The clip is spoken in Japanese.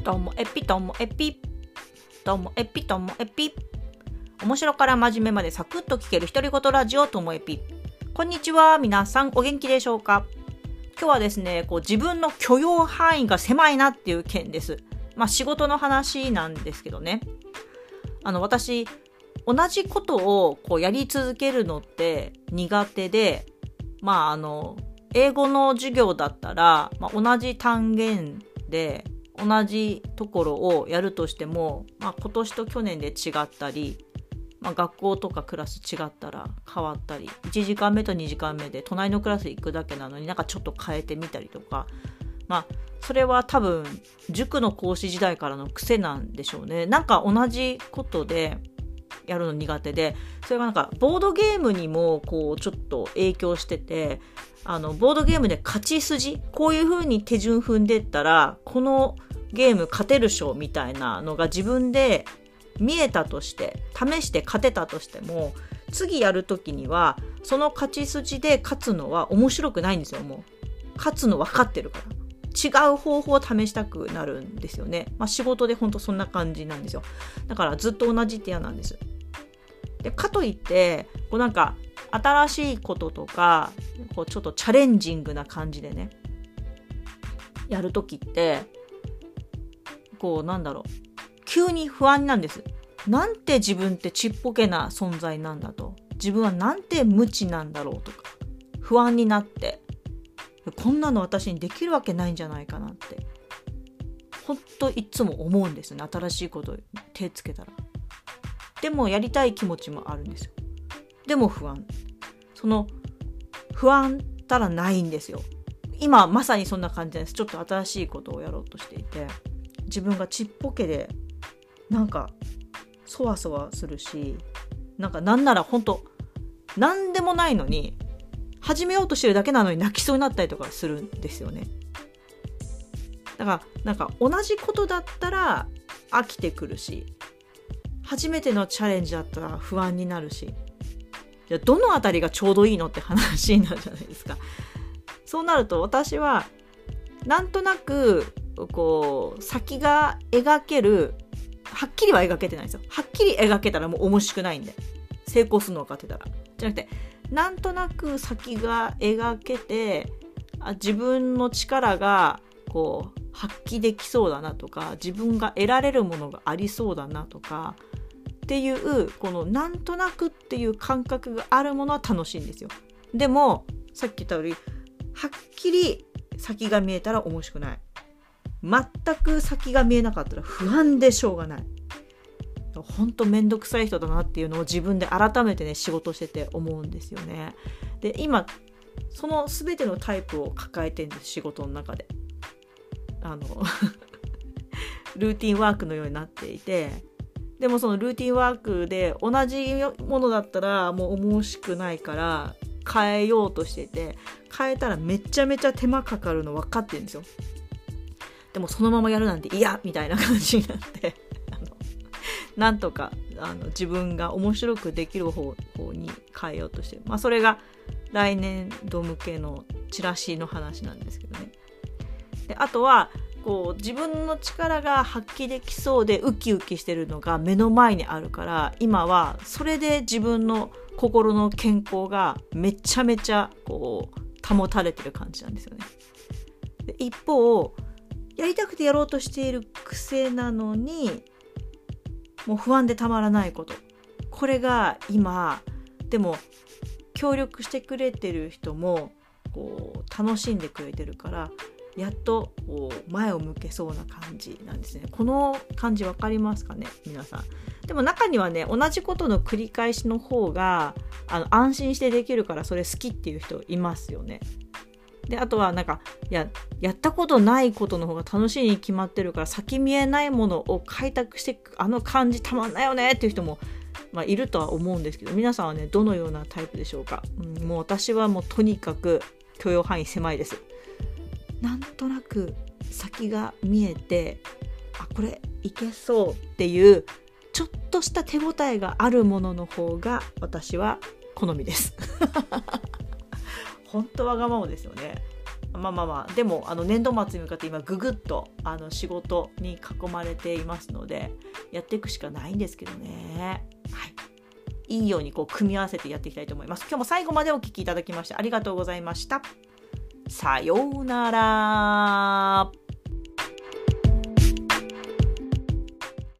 ともえぴともえぴともえぴともえぴ、面白から真面目までサクッと聞ける独り言ラジオともえぴ。こんにちは、皆さんお元気でしょうか。今日はですね、自分の許容範囲が狭いなっていう件です。仕事の話なんですけどね、私同じことをやり続けるのって苦手で、英語の授業だったら、同じ単元で同じところをやるとしても、今年と去年で違ったり、学校とかクラス違ったら変わったり、1時間目と2時間目で隣のクラス行くだけなのにちょっと変えてみたりとか、それは多分塾の講師時代からの癖なんでしょうね。同じことでやるの苦手で、それがボードゲームにもちょっと影響してて、ボードゲームで勝ち筋、こういう風に手順踏んでったらこのゲーム勝てるしょみたいなのが自分で見えたとして、試して勝てたとしても、次やるときにはその勝ち筋で勝つのは面白くないんですよ。もう勝つの分かってるから違う方法を試したくなるんですよね。仕事で本当そんな感じなんですよ。だからずっと同じって嫌なんです。でかといって新しいこととかちょっとチャレンジングな感じでねやるときって急に不安なんです。なんて自分ってちっぽけな存在なんだと、自分はなんて無知なんだろうとか不安になって、こんなの私にできるわけないんじゃないかなってほんといつも思うんですね。新しいこと手つけたら。でもやりたい気持ちもあるんですよ。でも不安、その不安たらないんですよ。今まさにそんな感じです。ちょっと新しいことをやろうとしていて、自分がちっぽけでそわそわするし、なんなら本当なんでもないのに始めようとしてるだけなのに泣きそうになったりとかするんですよね。だから同じことだったら飽きてくるし、初めてのチャレンジだったら不安になるし、じゃあどのあたりがちょうどいいのって話になるじゃないですか。そうなると私はなんとなく先が描ける、はっきりは描けてないんですよ。はっきり描けたらもう面白くないんで、成功するの分かってたらじゃなくて、なんとなく先が描けて、自分の力が発揮できそうだなとか、自分が得られるものがありそうだなとかっていう、このなんとなくっていう感覚があるものは楽しいんですよ。でもさっき言ったようにはっきり先が見えたら面白くない。全く先が見えなかったら不安でしょうがない。本当めんどくさい人だなっていうのを自分で改めてね仕事してて思うんですよね。で今その全てのタイプを抱えてるんです、仕事の中で。ルーティンワークのようになっていて、でもそのルーティンワークで同じものだったらもう面白くないから変えようとしていて、変えたらめちゃめちゃ手間かかるの分かってるんですよ。でもそのままやるなんて嫌みたいな感じになってなんとか自分が面白くできる方に変えようとしてる。それが来年度向けのチラシの話なんですけどね。であとは自分の力が発揮できそうでウキウキしてるのが目の前にあるから、今はそれで自分の心の健康がめちゃめちゃ保たれてる感じなんですよね。で一方やりたくてやろうとしている癖なのにもう不安でたまらないこと、これが今でも協力してくれてる人も楽しんでくれてるから、やっと前を向けそうな感じなんですね。この感じ分かりますかね皆さん。でも中にはね、同じことの繰り返しの方が安心してできるからそれ好きっていう人いますよね。であとはやったことないことの方が楽しいに決まってるから先見えないものを開拓していく感じたまんないよねっていう人も、いるとは思うんですけど、皆さんはねどのようなタイプでしょうか。もう私はもうとにかく許容範囲狭いです。なんとなく先が見えてこれいけそうっていうちょっとした手応えがあるものの方が私は好みです本当わがままですよね。 でも年度末に向かって今ぐぐっと仕事に囲まれていますので、やっていくしかないんですけどね。はい、いいように組み合わせてやっていきたいと思います。今日も最後までお聞きいただきましてありがとうございました。さようなら。